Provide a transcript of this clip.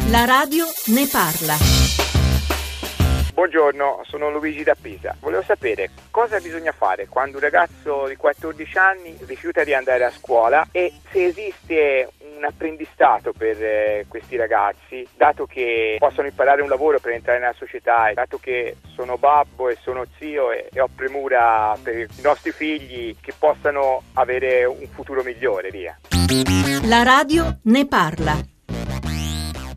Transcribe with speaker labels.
Speaker 1: La radio ne parla.
Speaker 2: Buongiorno, sono Luigi da Pisa. Volevo sapere cosa bisogna fare quando un ragazzo di 14 anni rifiuta di andare a scuola e se esiste un apprendistato per questi ragazzi, dato che possono imparare un lavoro per entrare nella società, e dato che sono babbo e sono zio e ho premura per i nostri figli che possano avere un futuro migliore, via.
Speaker 1: La radio ne parla.